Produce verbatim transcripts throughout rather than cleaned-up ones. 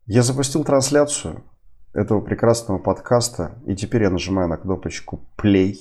Я запустил трансляцию этого прекрасного подкаста, и теперь я нажимаю на кнопочку play.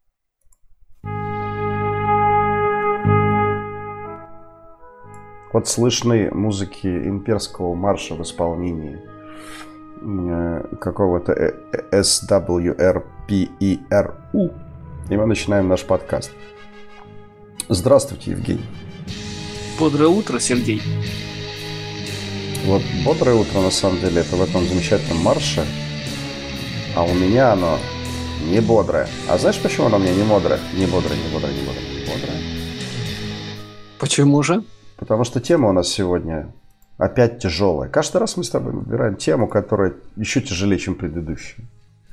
Вот слышны музыки имперского марша в исполнении какого-то эс дабл ю эр пи и эр у. И мы начинаем наш подкаст. Здравствуйте, Евгений. Бодрое утро, Сергей. Вот бодрое утро, на самом деле, это в этом замечательном марше. А у меня оно не бодрое. А знаешь, почему оно у меня не бодрое? Не бодрое, не бодрое, не бодрое, не бодрое. Почему же? Потому что тема у нас сегодня опять тяжелая. Каждый раз мы с тобой выбираем тему, которая еще тяжелее, чем предыдущая.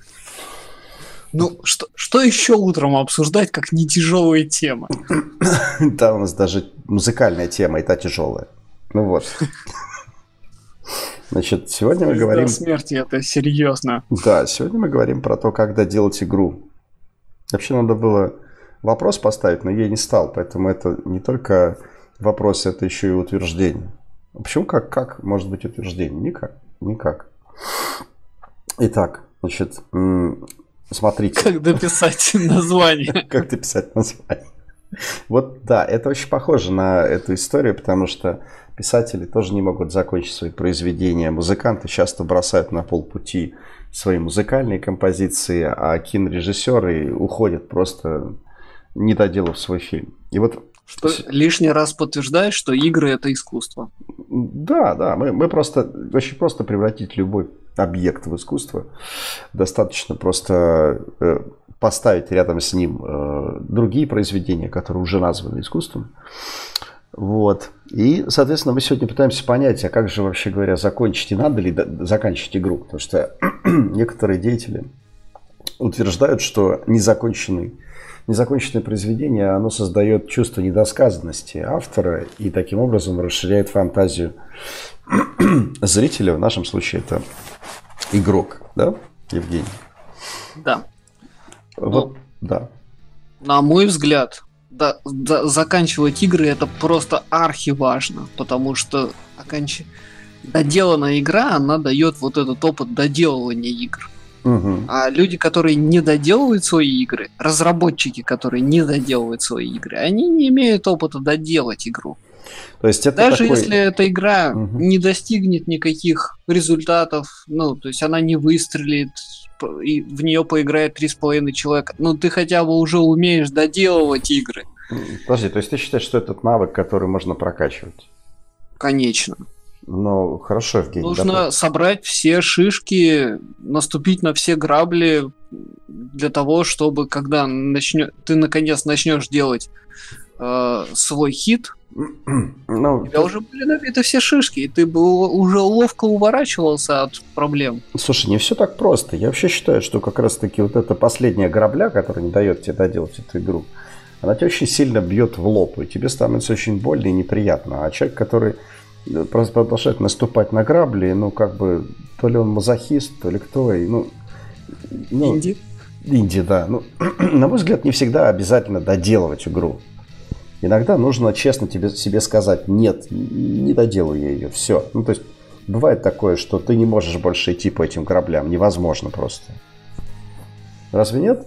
Ну, что, что еще утром обсуждать, как не тяжелые темы? Да, у нас даже музыкальная тема, и та тяжелая. Ну вот. Значит, сегодня мы говорим... До смерти, это серьезно. Да, сегодня мы говорим про то, как доделать игру. Вообще надо было вопрос поставить, но я не стал, поэтому это не только вопрос, это еще и утверждение. Почему как? Как может быть утверждение? Никак. Никак. Итак, значит, смотрите. Как дописать название? Как дописать название? Вот да, это очень похоже на эту историю, потому что писатели тоже не могут закончить свои произведения. Музыканты часто бросают на полпути свои музыкальные композиции, а кинорежиссеры уходят просто не доделав свой фильм. И вот что лишний раз подтверждает, что игры — это искусство. Да, да, мы, мы просто очень просто превратить любой объект в искусство. Достаточно просто э, поставить рядом с ним э, другие произведения, которые уже названы искусством. Вот. И, соответственно, мы сегодня пытаемся понять, а как же, вообще говоря, закончить и надо ли до- заканчивать игру. Потому что некоторые деятели утверждают, что незаконченный Незаконченное произведение, оно создает чувство недосказанности автора и таким образом расширяет фантазию зрителя. В нашем случае это игрок, да, Евгений? Да. Вот, ну, да. На мой взгляд, да, да, заканчивать игры — это просто архиважно, потому что оконч... доделанная игра, она дает вот этот опыт доделывания игр. Угу. А люди, которые не доделывают свои игры, разработчики, которые не доделывают свои игры, они не имеют опыта доделать игру. То есть это Даже такой... если эта игра угу. не достигнет никаких результатов, ну, то есть она не выстрелит, и в нее поиграет три с половиной человека, ну, ты хотя бы уже умеешь доделывать игры. Подожди, то есть ты считаешь, что этот навык, который можно прокачивать? Конечно. Ну, хорошо, Евгений. Нужно да, собрать все шишки, наступить на все грабли для того, чтобы когда начнё... ты наконец начнешь делать э, свой хит, ну, у тебя уже были набиты все шишки, и ты бы уже ловко уворачивался от проблем. Слушай, не все так просто. Я вообще считаю, что как раз-таки вот эта последняя грабля, которая не дает тебе доделать эту игру, она тебя очень сильно бьет в лоб, и тебе становится очень больно и неприятно. А человек, который просто продолжает наступать на грабли, ну, как бы, то ли он мазохист, то ли кто, и, ну... ну Инди. Инди, да. Ну, на мой взгляд, не всегда обязательно доделывать игру. Иногда нужно честно тебе, себе сказать: нет, не доделаю я ее, все. Ну, то есть, бывает такое, что ты не можешь больше идти по этим граблям, невозможно просто. Разве нет?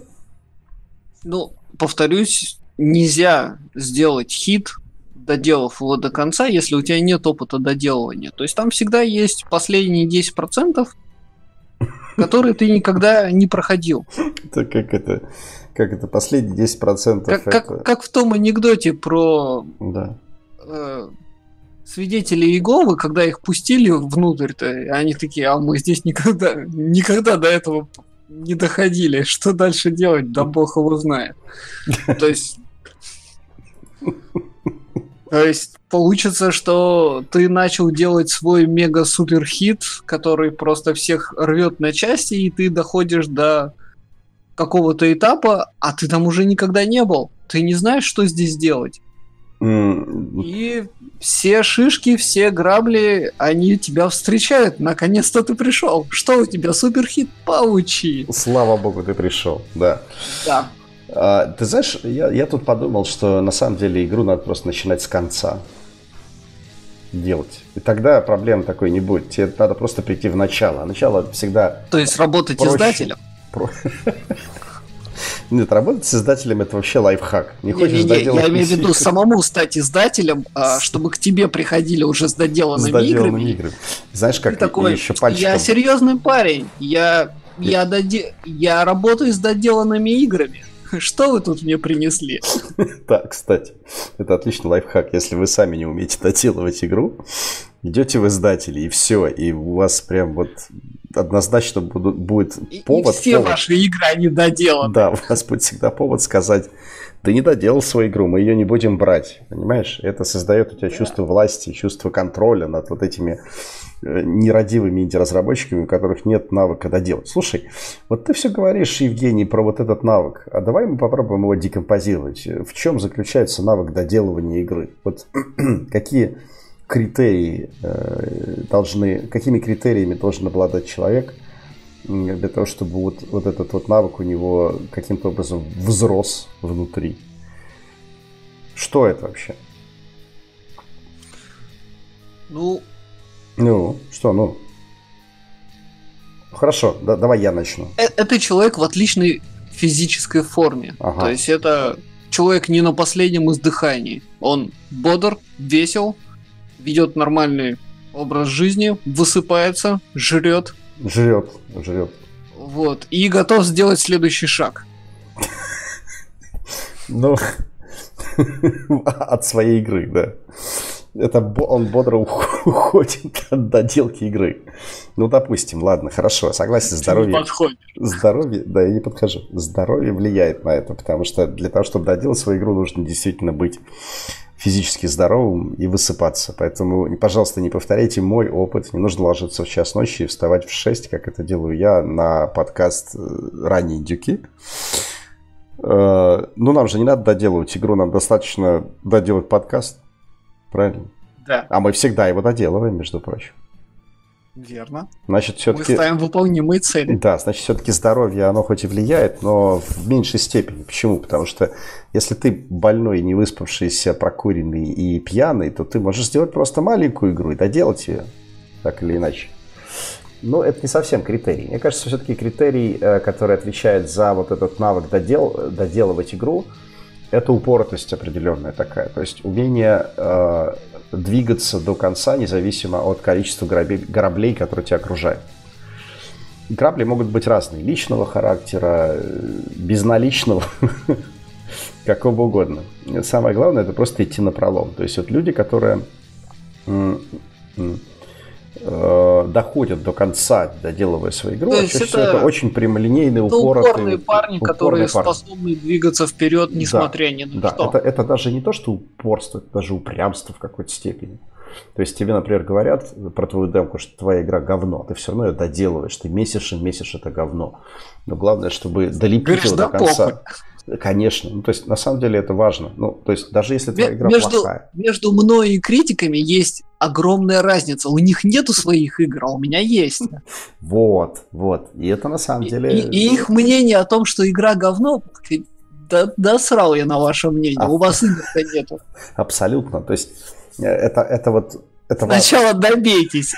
Ну, повторюсь, нельзя сделать хит, доделав его до конца, если у тебя нет опыта доделывания. То есть там всегда есть последние десять процентов, которые ты никогда не проходил. Это как это, как это последние десять процентов. Как, это... как, как в том анекдоте про да. э, свидетелей Иеговы, когда их пустили внутрь-то, они такие: а мы здесь никогда, никогда до этого не доходили. Что дальше делать? Да бог его знает. То есть... То есть получится, что ты начал делать свой мега-супер-хит, который просто всех рвет на части, и ты доходишь до какого-то этапа, а ты там уже никогда не был. Ты не знаешь, что здесь делать. Mm. И все шишки, все грабли, они тебя встречают. Наконец-то ты пришел. Что у тебя? Супер-хит? Получи. Слава богу, ты пришел, да. Да. А, ты знаешь, я, я тут подумал, что на самом деле игру надо просто начинать с конца. делать. И тогда проблем такой не будет. Тебе надо просто прийти в начало. А начало всегда... То есть работать проще. Издателем? Про... Нет, работать с издателем — это вообще лайфхак. Не, не хочешь не, не, я имею в виду самому стать издателем, чтобы к тебе приходили уже с доделанными, с доделанными играми. играми. Знаешь, как такой, еще пальчиком... Я серьезный парень. Я, я, доде... я работаю с доделанными играми. Что вы тут мне принесли? Да, кстати, это отличный лайфхак. Если вы сами не умеете доделывать игру, идете в издатели, и все, и у вас прям вот однозначно будут, будет повод. И все повод. Ваши игры, они доделаны. Да, у вас будет всегда повод сказать: ты не доделал свою игру, мы ее не будем брать. Понимаешь? Это создает у тебя да. чувство власти, чувство контроля над вот этими нерадивыми инди-разработчиками, у которых нет навыка доделать. Слушай, вот ты все говоришь, Евгений, про вот этот навык, а давай мы попробуем его декомпозировать. В чем заключается навык доделывания игры? Вот какие критерии э, должны, какими критериями должен обладать человек для того, чтобы вот, вот этот вот навык у него каким-то образом взрос внутри? Что это вообще? Ну, Ну, что, ну? Хорошо, да, давай я начну. Это человек в отличной физической форме. Ага. То есть это человек не на последнем издыхании. Он бодр, весел, ведет нормальный образ жизни, высыпается, жрет. Жрет, жрет. Вот. И готов сделать следующий шаг. Ну, от своей игры, да. Это он бодро уходит от доделки игры. Ну, допустим, ладно, хорошо, согласен, здоровье... Здоровье, да, я не подхожу. Здоровье влияет на это, потому что для того, чтобы доделать свою игру, нужно действительно быть физически здоровым и высыпаться. Поэтому, пожалуйста, не повторяйте мой опыт. Не нужно ложиться в час ночи и вставать в шесть, как это делаю я на подкаст «Ранние индюки». Ну, нам же не надо доделывать игру, нам достаточно доделать подкаст. Правильно? Да. А мы всегда его доделываем, между прочим. Верно. Значит, все-таки... Мы ставим выполнимые цели. Да, значит, все-таки здоровье, оно хоть и влияет, но в меньшей степени. Почему? Потому что если ты больной, не выспавшийся, прокуренный и пьяный, то ты можешь сделать просто маленькую игру и доделать ее, так или иначе. Но это не совсем критерий. Мне кажется, все-таки критерий, который отвечает за вот этот навык додел... доделывать игру, это упоротость определенная такая. То есть умение э, двигаться до конца, независимо от количества граблей, граблей, которые тебя окружают. Грабли могут быть разные. Личного характера, безналичного, какого угодно. Самое главное, это просто идти напролом. То есть вот люди, которые м- м- э, доходят до конца, доделывая свою игру, а чаще всего это очень прямолинейные, это упоротые, упорные парни, упорные которые парни. способны двигаться вперед, несмотря да, ни на да, что. Это, это даже не то, что упорство, это даже упрямство в какой-то степени. То есть тебе, например, говорят про твою демку, что твоя игра говно, ты все равно ее доделываешь, ты месяшь и месяшь это говно. Но главное, чтобы долепить Говоришь, его да до конца. Похуй. Конечно. Ну, то есть, на самом деле, это важно. Ну, то есть, даже если твоя игра между, плохая. Между мной и критиками есть огромная разница. У них нету своих игр, а у меня есть. Вот, вот. И это на самом деле... И, и их мнение о том, что игра говно, да, да срал я на ваше мнение. А, у вас игр-то нету. Абсолютно. То есть, это, это вот... Это Сначала важно. Добейтесь.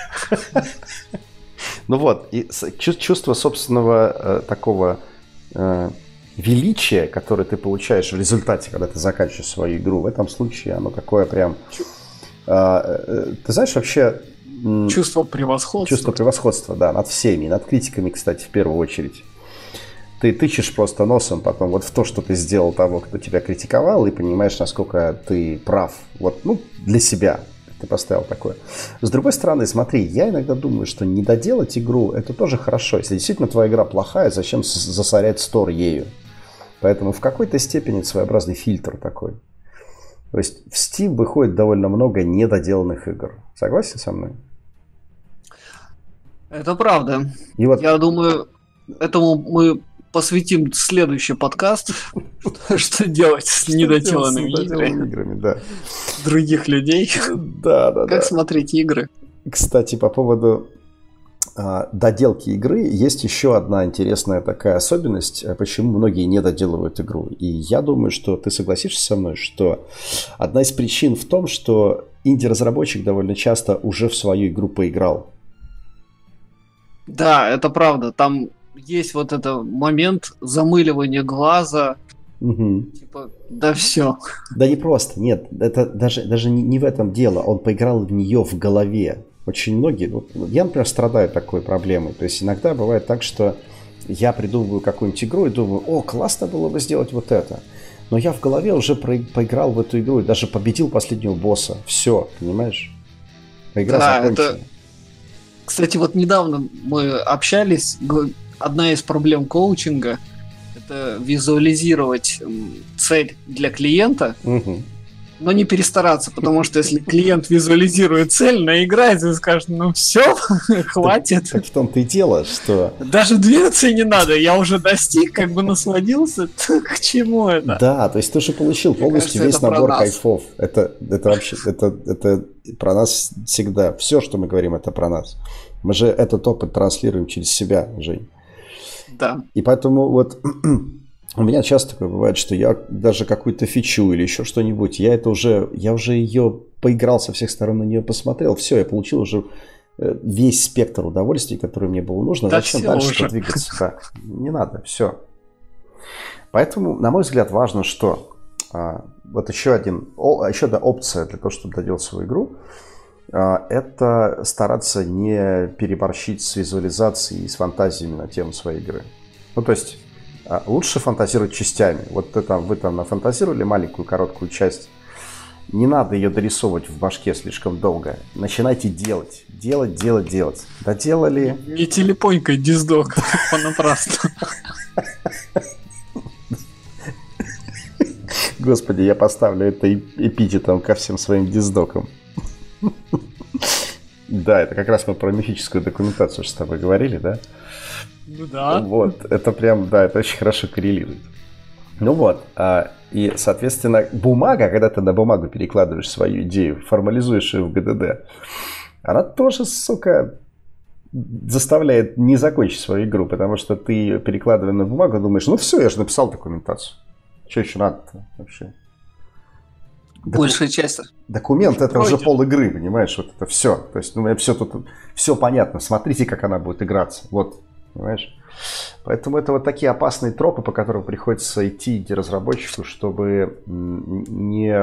Ну вот, и чувство собственного такого... величие, которое ты получаешь в результате, когда ты заканчиваешь свою игру, в этом случае оно такое прям... Э, ты знаешь, вообще... Чувство превосходства. Чувство превосходства, да, над всеми, над критиками, кстати, в первую очередь. Ты тычешь просто носом потом вот в то, что ты сделал того, кто тебя критиковал, и понимаешь, насколько ты прав. Вот, ну, для себя ты поставил такое. С другой стороны, смотри, я иногда думаю, что не доделать игру, это тоже хорошо. Если действительно твоя игра плохая, зачем засорять стор ею? Поэтому в какой-то степени это своеобразный фильтр такой. То есть в Steam выходит довольно много недоделанных игр. Согласен со мной? Это правда. И вот... Я думаю, этому мы посвятим следующий подкаст. Что делать с недоделанными играми других людей. Да, да, да. Как смотреть игры. Кстати, по поводу доделки игры есть еще одна интересная такая особенность, почему многие не доделывают игру. И я думаю, что ты согласишься со мной, что одна из причин в том, что инди-разработчик довольно часто уже в свою игру поиграл. Да, это правда. Там есть вот этот момент замыливания глаза. Угу. Типа, да все. Да не просто, нет, это даже, даже не, не в этом дело. Он поиграл в нее в голове. Очень многие, вот, я, например, страдаю такой проблемой. То есть иногда бывает так, что я придумываю какую-нибудь игру и думаю, о, классно было бы сделать вот это. Но я в голове уже про- поиграл в эту игру и даже победил последнего босса. Все, понимаешь? Игра Да, закончена. это... Кстати, вот недавно мы общались, одна из проблем коучинга — это визуализировать цель для клиента, Угу. но не перестараться, потому что если клиент визуализирует цель, наиграется и скажет, ну все, хватит. Так в том-то и дело, что... Даже двигаться не надо, я уже достиг, как бы насладился, к чему это? Да, то есть ты же получил Мне полностью кажется, весь это про набор нас. кайфов. Это, это вообще, это, это про нас всегда. Все, что мы говорим, это про нас. Мы же этот опыт транслируем через себя, Жень. Да. И поэтому вот у меня часто такое бывает, что я даже какую-то фичу или еще что-нибудь, я это уже, я уже ее поиграл со всех сторон, на нее посмотрел, все, я получил уже весь спектр удовольствий, который мне было нужно. Да Зачем дальше уже. двигаться? Да, не надо, все. Поэтому, на мой взгляд, важно, что а, вот еще, один, о, еще одна опция для того, чтобы доделать свою игру, а, это стараться не переборщить с визуализацией и с фантазиями на тему своей игры. Ну, то есть, а, лучше фантазировать частями. Вот ты там, вы там нафантазировали маленькую короткую часть, не надо ее дорисовывать в башке слишком долго. Начинайте делать, делать, делать, делать. Доделали... Не телепонькай диздок понапрасну. Господи, я поставлю это эпитетом ко всем своим диздокам. Да, это как раз мы про мифическую документацию с тобой говорили, да? Ну да. Вот, это прям, да, это очень хорошо коррелирует. Ну вот, а, и, соответственно, бумага, когда ты на бумагу перекладываешь свою идею, формализуешь ее в ГДД, она тоже, сука, заставляет не закончить свою игру, потому что ты, перекладывая на бумагу, думаешь, ну все, я же написал документацию. Что еще надо-то вообще? Большая часть. Документ — это Пройдет. уже пол игры, понимаешь? Вот это все. То есть, ну, у меня все тут, все понятно. Смотрите, как она будет играться. Вот, понимаешь? Поэтому это вот такие опасные тропы, по которым приходится идти разработчику, чтобы не,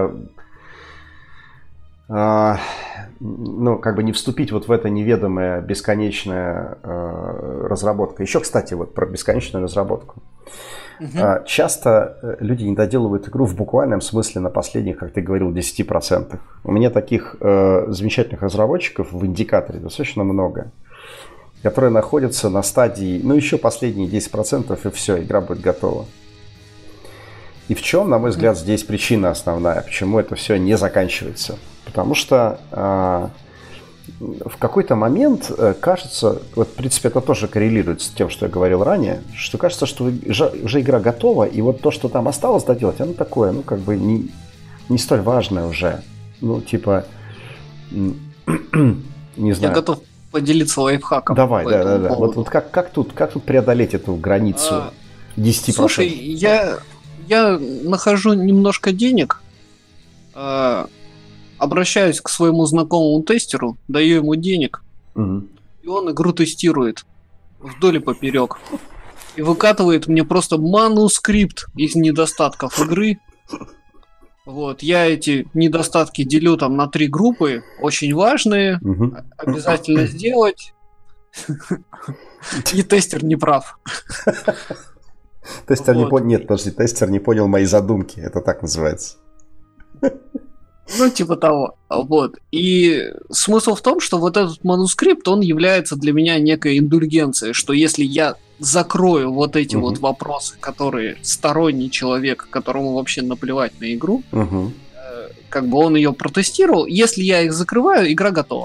а, ну, как бы не вступить вот в это неведомое бесконечная а, разработка. Еще, кстати, вот про бесконечную разработку. Uh-huh. Часто люди не доделывают игру в буквальном смысле на последних, как ты говорил, десять процентов. У меня таких э, замечательных разработчиков в индикаторе достаточно много, которые находятся на стадии, ну еще последние десять процентов, и все, игра будет готова. И в чем, на мой взгляд, здесь причина основная, почему это все не заканчивается? Потому что э, в какой-то момент кажется, вот в принципе это тоже коррелирует с тем, что я говорил ранее, что кажется, что уже игра готова, и вот то, что там осталось доделать, оно такое, ну как бы не, не столь важное уже. Ну типа, не знаю. Я готов поделиться лайфхаком. Давай, да, да, да. Вот, вот как, как, тут, как тут преодолеть эту границу а, десять процентов? Слушай, я, я нахожу немножко денег, а, обращаюсь к своему знакомому тестеру, даю ему денег, угу. и он игру тестирует вдоль и поперек. И выкатывает мне просто манускрипт из недостатков игры. Вот, я эти недостатки делю там на три группы, очень важные, угу. обязательно сделать. И тестер не прав. Тестер не понял, нет, подожди, тестер не понял мои задумки, это так называется. Ну, типа того. Вот. И смысл в том, что вот этот манускрипт, он является для меня некой индульгенцией, что если я закрою вот эти угу. вот вопросы, которые сторонний человек, которому вообще наплевать на игру, угу. э, как бы он ее протестировал, если я их закрываю, игра готова.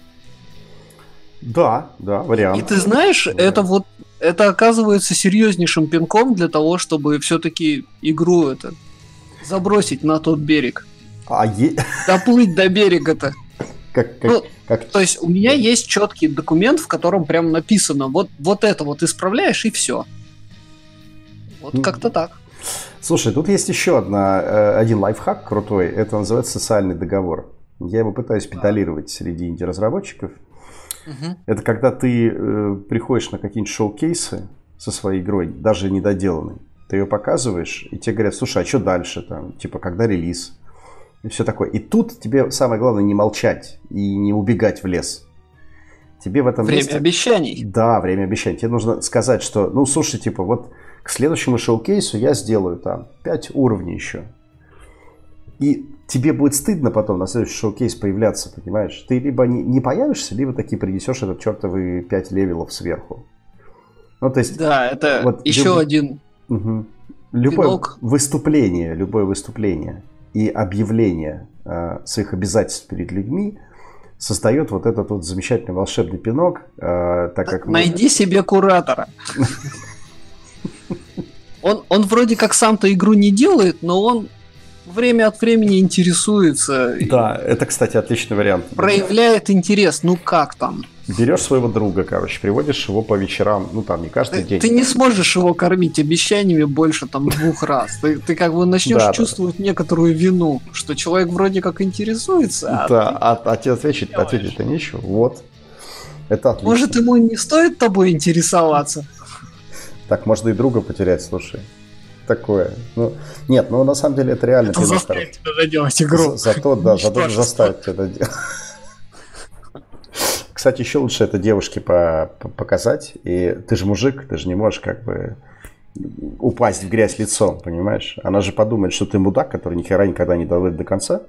Да, да, вариант. И ты знаешь, вариант. это вот, это оказывается серьезнейшим пинком для того, чтобы все-таки игру это забросить на тот берег. А е... Доплыть до берега-то. Как, как, ну, как... То есть у меня есть четкий документ, в котором прям написано, вот, вот это вот исправляешь и все. Вот ну, как-то так. Слушай, тут есть еще одна, один лайфхак крутой, это называется социальный договор. я его пытаюсь педалировать среди инди-разработчиков. Мгм. Это когда ты э, приходишь на какие-нибудь шоу-кейсы со своей игрой, даже недоделанной. Ты ее показываешь, и тебе говорят, слушай, а что дальше? Там, типа, когда релиз? И все такое. И тут тебе самое главное не молчать и не убегать в лес. Тебе в этом Время месте... обещаний. Да, время обещаний. Тебе нужно сказать, что, ну, слушай, типа, вот к следующему шоу-кейсу я сделаю там пять уровней еще. И тебе будет стыдно потом на следующий шоу-кейс появляться, понимаешь? Ты либо не, не появишься, либо таки принесешь этот чертовый пять левелов сверху. Ну, то есть... Да, это вот еще люб- один Угу. Любое пинок. выступление, любое выступление и объявление э, своих обязательств перед людьми создает вот этот вот замечательный волшебный пинок, э, так как мы- Найди себе куратора. Он, он вроде как сам-то игру не делает, но он время от времени интересуется, и Да, это, кстати, отличный вариант. проявляет интерес. Ну как там? Берешь своего друга, короче, приводишь его по вечерам, ну там не каждый Ты, день. ты не сможешь его кормить обещаниями больше там двух раз. Ты, ты как бы начнешь Да, да. чувствовать некоторую вину, что человек вроде как интересуется, а Да, ты- а, а тебе ответить, делаешь? ответить-то нечего. Вот. Это отлично. может ему не стоит тобой интересоваться? Так можно и друга потерять, слушай. Такое. Ну, нет, ну на самом деле это реально Это пинок заставит тебя доделать игру. За- Зато, да, зато Ничтожество. заставить это делать. Кстати, еще лучше это девушке по- по- показать. И ты же мужик, ты же не можешь как бы упасть в грязь лицом, понимаешь? Она же подумает, что ты мудак, который ни хера никогда не доводит до конца.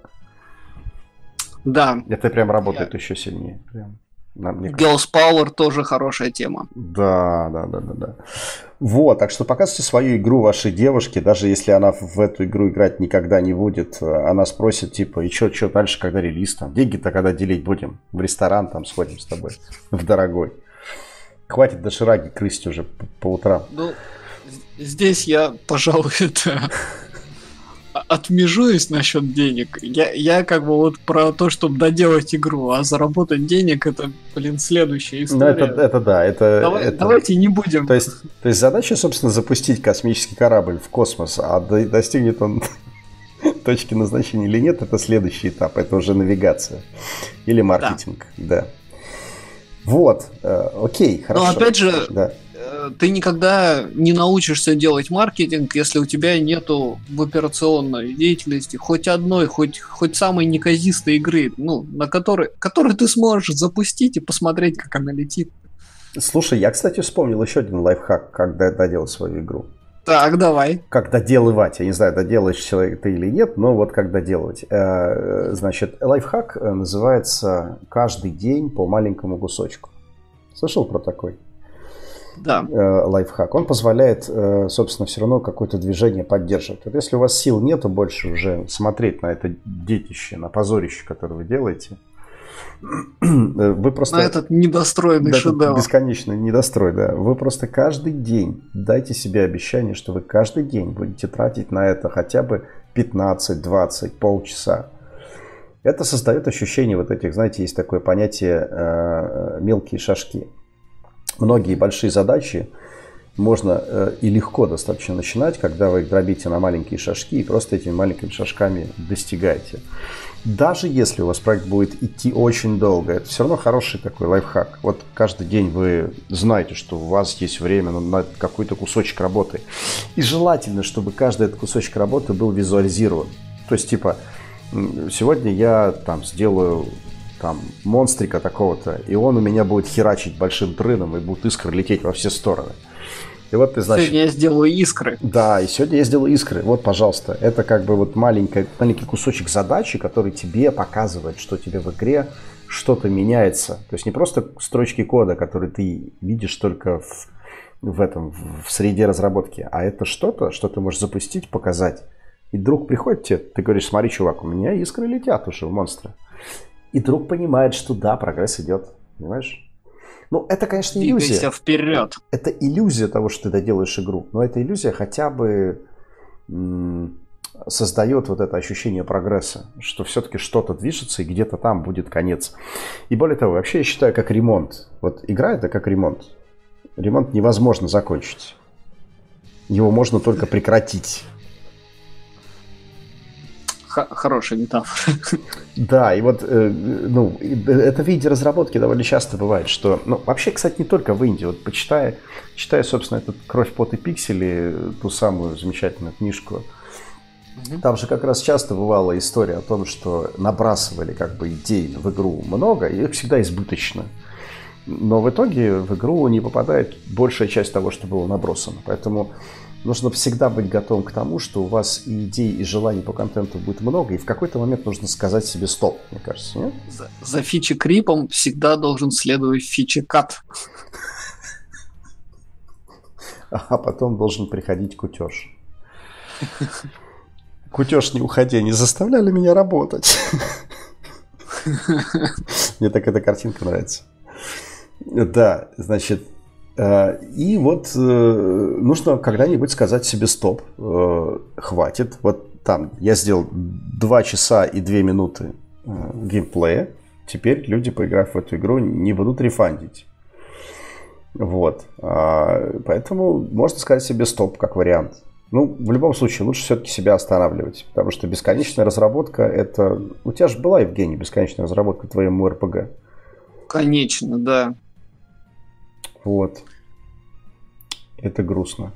Да, Это прям работает еще сильнее. Прям. На- мне Girls Power тоже хорошая тема. Да, да, да, да, да. Вот, так что показывайте свою игру вашей девушке, даже если она в эту игру играть никогда не будет, она спросит, типа, и что, что дальше, когда релиз там? Деньги-то когда делить будем? В ресторан там сходим с тобой, в дорогой. Хватит дошираги крысить уже по, по утрам. Ну, з- здесь я, пожалуй, это отмежуюсь насчет денег. Я, я как бы вот про то, чтобы доделать игру, а заработать денег, это, блин, следующая Ну, история. это, это да, это... Давай- это- Давайте не будем. То есть, то есть задача, собственно, запустить космический корабль в космос, а до- достигнет он точки назначения или нет, это следующий этап, это уже навигация или маркетинг, да. Вот, э, окей, хорошо. Но опять же, Да. э, ты никогда не научишься делать маркетинг, если у тебя нету в операционной деятельности хоть одной, хоть, хоть самой неказистой игры, ну, на которой, которую ты сможешь запустить и посмотреть, как она летит. Слушай, я, кстати, вспомнил еще один лайфхак, как до- доделать свою игру. Так, давай. Как доделывать, я не знаю, доделаешь человек ты или нет, но вот как доделывать. Э, Значит, лайфхак э, называется «Каждый день по маленькому кусочку». Слышал про такой? Да. э, лайфхак. Он позволяет, э, собственно, все равно какое-то движение поддерживать. Вот если у вас сил нету больше уже смотреть на это детище, на позорище, которое вы делаете, вы просто... На этот недостроенный Да, это шедевр. бесконечный недострой, да. Вы просто каждый день дайте себе обещание, что вы каждый день будете тратить на это хотя бы пятнадцать, двадцать, полчаса. Это создает ощущение вот этих, знаете, есть такое понятие э, мелкие шажки. Многие большие задачи можно э, и легко достаточно начинать, когда вы их дробите на маленькие шажки и просто этими маленькими шажками достигаете. Даже если у вас проект будет идти очень долго, это все равно хороший такой лайфхак. Вот каждый день вы знаете, что у вас есть время на, на какой-то кусочек работы. И желательно, чтобы каждый этот кусочек работы был визуализирован. То есть, типа, сегодня я там сделаю там монстрика такого-то, и он у меня будет херачить большим трыном, и будут искры лететь во все стороны. И вот ты, значит... Сегодня я сделаю искры. Да, и сегодня я сделаю искры. Вот, пожалуйста, это как бы вот маленький, маленький кусочек задачи, который тебе показывает, что тебе в игре что-то меняется. То есть не просто строчки кода, которые ты видишь только в, в этом, в среде разработки, а это что-то, что ты можешь запустить, показать. И друг приходит тебе, ты говоришь, смотри, чувак, у меня искры летят уже в монстра. И друг понимает, что да, прогресс идет. Понимаешь? Ну, это, конечно, иллюзия. Двигайся вперед. Это иллюзия того, что ты доделаешь игру. Но эта иллюзия хотя бы м- создает вот это ощущение прогресса, что все-таки что-то движется и где-то там будет конец. И более того, вообще я считаю, как ремонт. Вот игра это как ремонт. Ремонт невозможно закончить. Его можно только прекратить. Х- хорошая метафора. Да, и вот, э, ну, это в виде разработки довольно часто бывает, что, ну, вообще, кстати, не только в Индии, вот почитая, читая, собственно, этот «Кровь, пот и пиксели», ту самую замечательную книжку, mm-hmm. там же как раз часто бывала история о том, что набрасывали как бы идей в игру много, и их всегда избыточно. Но в итоге в игру не попадает большая часть того, что было набросано. Поэтому нужно всегда быть готовым к тому, что у вас и идей, и желаний по контенту будет много, и в какой-то момент нужно сказать себе стоп, мне кажется, нет? За, за фичи-крипом всегда должен следовать фичи-кат. А потом должен приходить кутеж. Кутеж, не уходи, не заставляли меня работать. Мне так эта картинка нравится. Да, значит, и вот нужно когда-нибудь сказать себе стоп, хватит. Вот там я сделал два часа и две минуты геймплея, теперь люди, поиграв в эту игру, не будут рефандить. Вот, поэтому можно сказать себе стоп как вариант. Ну, в любом случае, лучше все-таки себя останавливать, потому что бесконечная разработка, это... У тебя же была, Евгений, бесконечная разработка твоему эр пэ гэ. Конечно, да. Вот. Это грустно.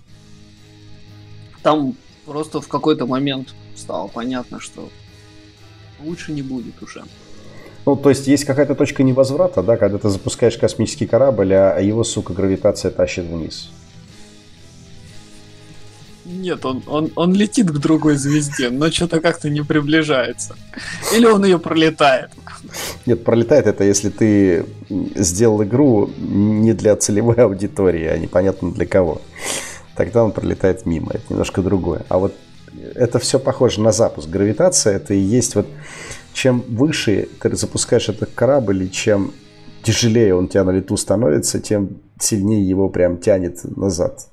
Там просто в какой-то момент стало понятно, что лучше не будет уже. Ну, то есть есть какая-то точка невозврата, да, когда ты запускаешь космический корабль, а его, сука, гравитация тащит вниз. Нет, он, он, он летит к другой звезде, но что-то как-то не приближается. Или он ее пролетает. Нет, пролетает это, если ты сделал игру не для целевой аудитории, а непонятно для кого. Тогда он пролетает мимо, это немножко другое. А вот это все похоже на запуск. Гравитация это и есть вот... Чем выше ты запускаешь этот корабль, и чем тяжелее он у тебя на лету становится, тем сильнее его прям тянет назад.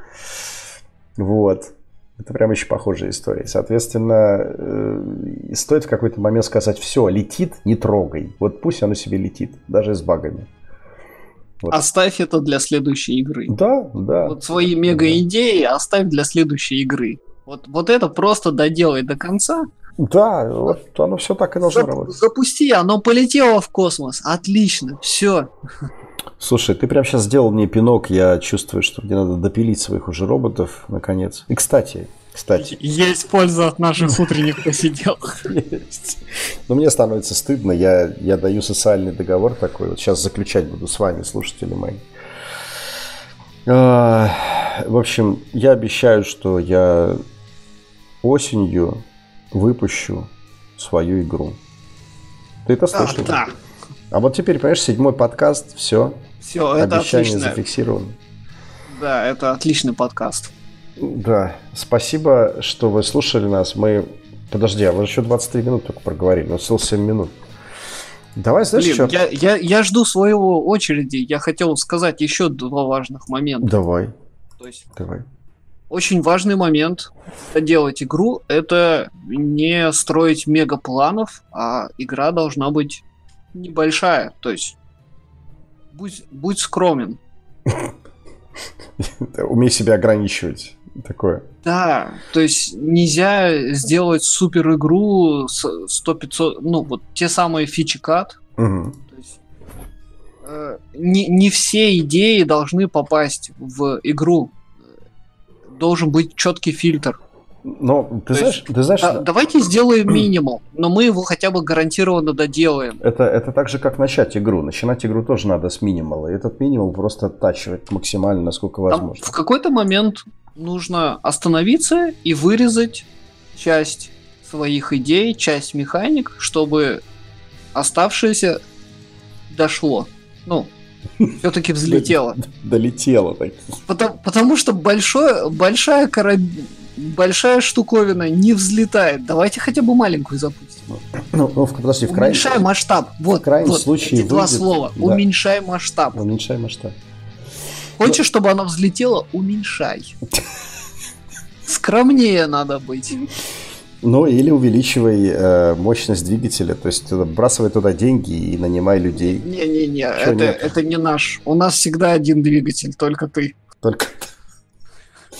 Вот. Это прям очень похожая история. Соответственно, э, стоит в какой-то момент сказать, все, летит, не трогай. Вот пусть оно себе летит, даже с багами. Вот. Оставь это для следующей игры. Да, да. Вот свои мега-идеи оставь для следующей игры. Вот, вот это просто доделай до конца. Да, вот оно все так и должно Зап- работать. Запусти, оно полетело в космос. Отлично, все. Слушай, ты прям сейчас сделал мне пинок, я чувствую, что мне надо допилить своих уже роботов, наконец. И, кстати, кстати... Есть польза от наших утренних посиделок. Есть. Но мне становится стыдно, я, я даю социальный договор такой, вот сейчас заключать буду с вами, слушатели мои. А, в общем, я обещаю, что я осенью выпущу свою игру. Ты это слышал? А, да. А вот теперь, понимаешь, седьмой подкаст, все. Все, это обещание отлично. Зафиксировано. Да, это отличный подкаст. Да, спасибо, что вы слушали нас. Мы... Подожди, а вы еще двадцать три минуты только проговорили, но целых семь минут. Давай, знаешь, Блин, что? Я, я, я жду своего очереди. Я хотел сказать еще два важных момента. Давай. То есть... Давай. Очень важный момент делать игру — это не строить мегапланов, а игра должна быть небольшая. То есть будь, будь скромен. Умей себя ограничивать. Такое. Да, то есть нельзя сделать супер игру с сто пятьсот, ну вот те самые фичи-кат. Угу. То есть, э, не, не все идеи должны попасть в игру. Должен быть четкий фильтр. Но ты То знаешь, есть, ты знаешь, да, давайте сделаем минимум, но мы его хотя бы гарантированно доделаем. Это, это так же, как начать игру. Начинать игру тоже надо с минимала. И этот минимум просто оттачивать максимально, насколько возможно. Там в какой-то момент нужно остановиться и вырезать часть своих идей, часть механик, чтобы оставшееся дошло. Ну, все-таки взлетело. Долетело. Так. Потому, потому что большое, большая, кораб... большая штуковина не взлетает. Давайте хотя бы маленькую запустим. Ну, ну подожди, в крайнем... Уменьшай масштаб. Вот, в крайнем вот случае эти два выйдет... слова. Да. Уменьшай масштаб. Уменьшай масштаб. Хочешь, Но... чтобы она взлетела? Уменьшай. Скромнее надо быть. Ну, или увеличивай э, мощность двигателя, то есть бросай туда деньги и нанимай людей. Не-не-не, это, это не наш. У нас всегда один двигатель, только ты. Только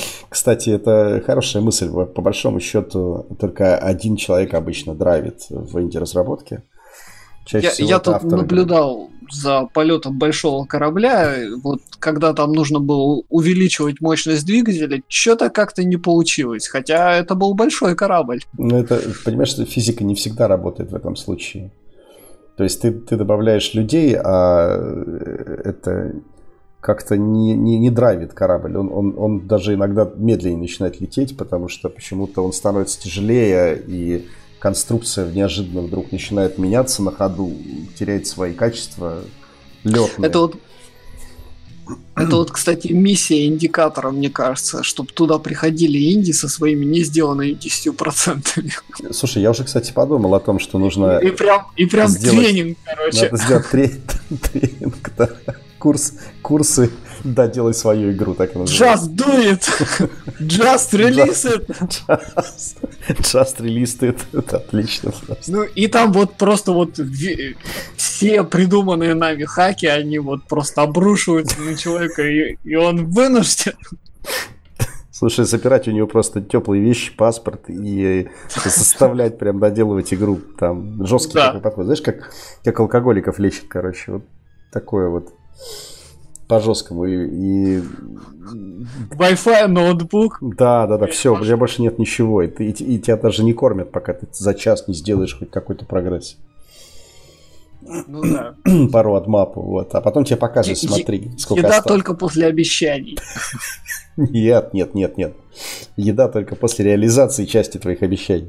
Кстати, это хорошая мысль. По большому счету, только один человек обычно драйвит в инди-разработке. Чаще я всего я тут наблюдал игры. За полетом большого корабля. Вот когда там нужно было увеличивать мощность двигателя, что-то как-то не получилось. Хотя это был большой корабль. Ну, это, понимаешь, что физика не всегда работает в этом случае. То есть ты, ты добавляешь людей, а это как-то не, не, не драйвит корабль. Он, он, он даже иногда медленнее начинает лететь, потому что почему-то он становится тяжелее, и конструкция неожиданно вдруг начинает меняться на ходу, теряет свои качества лётные. Это вот, это вот, кстати, миссия индикатора, мне кажется, чтобы туда приходили инди со своими не сделанными десятью процентами. Слушай, я уже, кстати, подумал о том, что нужно... И, и прям, и прям сделать, тренинг, короче. Надо сделать тренинг, да. Курс, курсы, да, делай свою игру, так и называется. Just do it! Just release it! Just, just release it. Это отлично. Ну и там вот просто вот все придуманные нами хаки, они вот просто обрушиваются на человека, и, и он вынужден. Слушай, запирать у него просто теплые вещи, паспорт и заставлять прям доделывать игру. Там жесткий да. такой подход. Знаешь, как, как алкоголиков лечат, короче. Вот такое вот. По-жесткому. И, и... Wi-Fi, ноутбук. Да, да, да, все, у тебя больше нет ничего. И, и, и тебя даже не кормят, пока ты за час не сделаешь хоть какой-то прогресс. Ну да. Пару от мапу, вот. А потом тебе покажут, смотри, сколько Еда осталось. только после обещаний. Нет, нет, нет, нет. Еда только после реализации части твоих обещаний.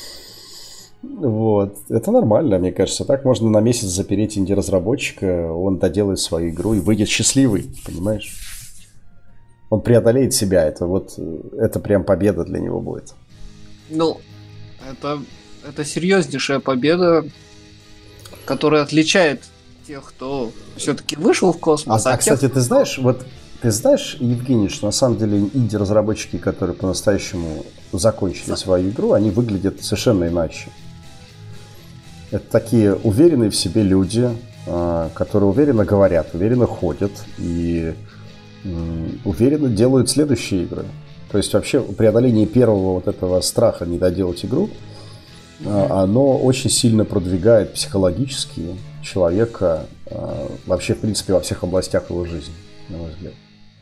Вот. Это нормально, мне кажется. Так можно на месяц запереть инди-разработчика, он доделает свою игру и выйдет счастливый, понимаешь? Он преодолеет себя. Это вот, это прям победа для него будет. Ну, это, это серьезнейшая победа, которая отличает тех, кто все-таки вышел в космос. А, а а кстати, тех, ты знаешь, вот ты знаешь, Евгений, что на самом деле инди-разработчики, которые по-настоящему закончили свою игру, они выглядят совершенно иначе. Это такие уверенные в себе люди, которые уверенно говорят, уверенно ходят и уверенно делают следующие игры. То есть вообще преодоление первого вот этого страха не доделать игру, оно очень сильно продвигает психологически человека вообще, в принципе, во всех областях его жизни, на мой взгляд.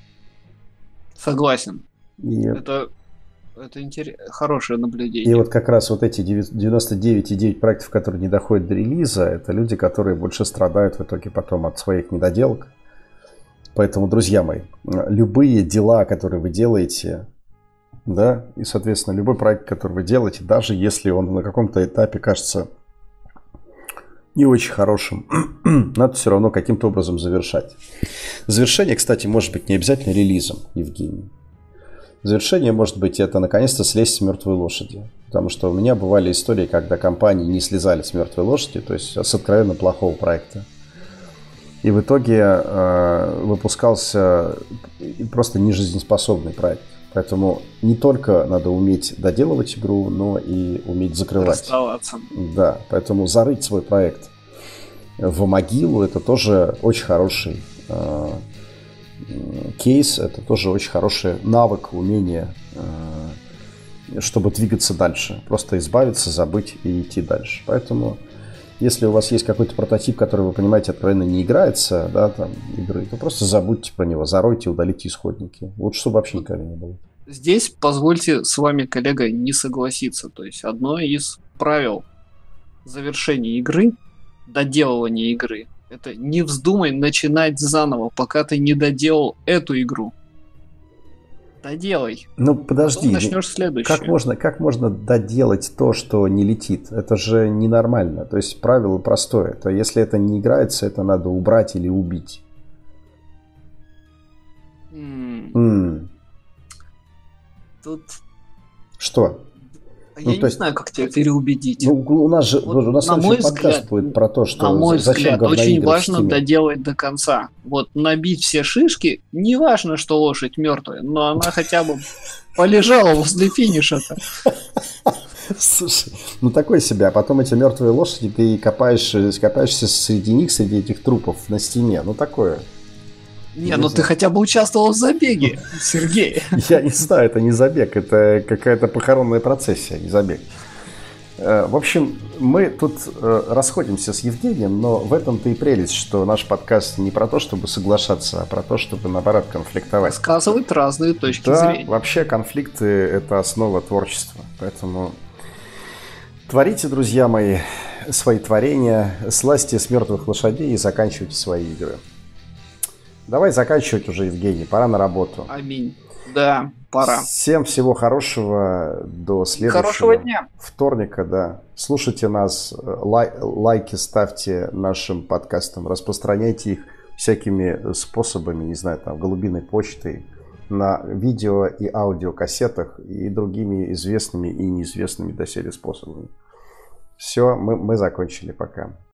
Согласен. И... Это... Это интерес... хорошее наблюдение. И вот как раз вот эти девяносто девять целых девять десятых проектов, которые не доходят до релиза, это люди, которые больше страдают в итоге потом от своих недоделок. Поэтому, друзья мои, любые дела, которые вы делаете, да, и, соответственно, любой проект, который вы делаете, даже если он на каком-то этапе кажется не очень хорошим, надо все равно каким-то образом завершать. Завершение, кстати, может быть не обязательно релизом, Евгений. Завершение, может быть, это наконец-то слезть с мертвой лошади. Потому что у меня бывали истории, когда компании не слезали с мертвой лошади, то есть с откровенно плохого проекта. И в итоге э, выпускался просто нежизнеспособный проект. Поэтому не только надо уметь доделывать игру, но и уметь закрывать. Расставаться. Да, поэтому зарыть свой проект в могилу — это тоже очень хороший э, кейс, это тоже очень хороший навык, умение, чтобы двигаться дальше. Просто избавиться, забыть и идти дальше. Поэтому, если у вас есть какой-то прототип, который, вы понимаете, откровенно не играется, да, там, игры, то просто забудьте про него, заройте, удалите исходники. Лучше, чтобы вообще никогда не было. Здесь позвольте с вами, коллега, не согласиться. То есть одно из правил завершения игры, доделывания игры, это не вздумай начинать заново, пока ты не доделал эту игру. Доделай. Ну подожди, потом начнешь следующую. Как можно, как можно доделать то, что не летит? Это же ненормально. То есть правило простое. То если это не играется, это надо убрать или убить. Mm. Mm. Тут... Что? Я ну, не есть, знаю, как тебя переубедить. Ну, у нас же вот, у нас на мой подкаст взгляд, будет про то, что на мой зачем взгляд, очень важно в доделать до конца. Вот набить все шишки, не важно, что лошадь мертвая, но она хотя бы полежала возле финиша-то. Слушай, ну такой себе, а потом эти мертвые лошади, ты копаешь, копаешься среди них, среди этих трупов на стене, ну такое. Не, ну ты хотя бы участвовал в забеге, Сергей. Я не знаю, это не забег, это какая-то похоронная процессия, не забег. В общем, мы тут расходимся с Евгением, но в этом-то и прелесть, что наш подкаст не про то, чтобы соглашаться, а про то, чтобы, наоборот, конфликтовать. Рассказывать разные точки да, зрения. Вообще конфликты – это основа творчества. Поэтому творите, друзья мои, свои творения, слазьте с мертвых лошадей и заканчивайте свои игры. Давай заканчивать уже, Евгений, пора на работу. Аминь. Да, пора. Всем всего хорошего, до следующего хорошего дня. Вторника, да. Слушайте нас, лай, лайки ставьте нашим подкастам, распространяйте их всякими способами, не знаю, там, голубиной почтой, на видео и аудиокассетах и другими известными и неизвестными доселе способами. Все, мы, мы закончили, пока.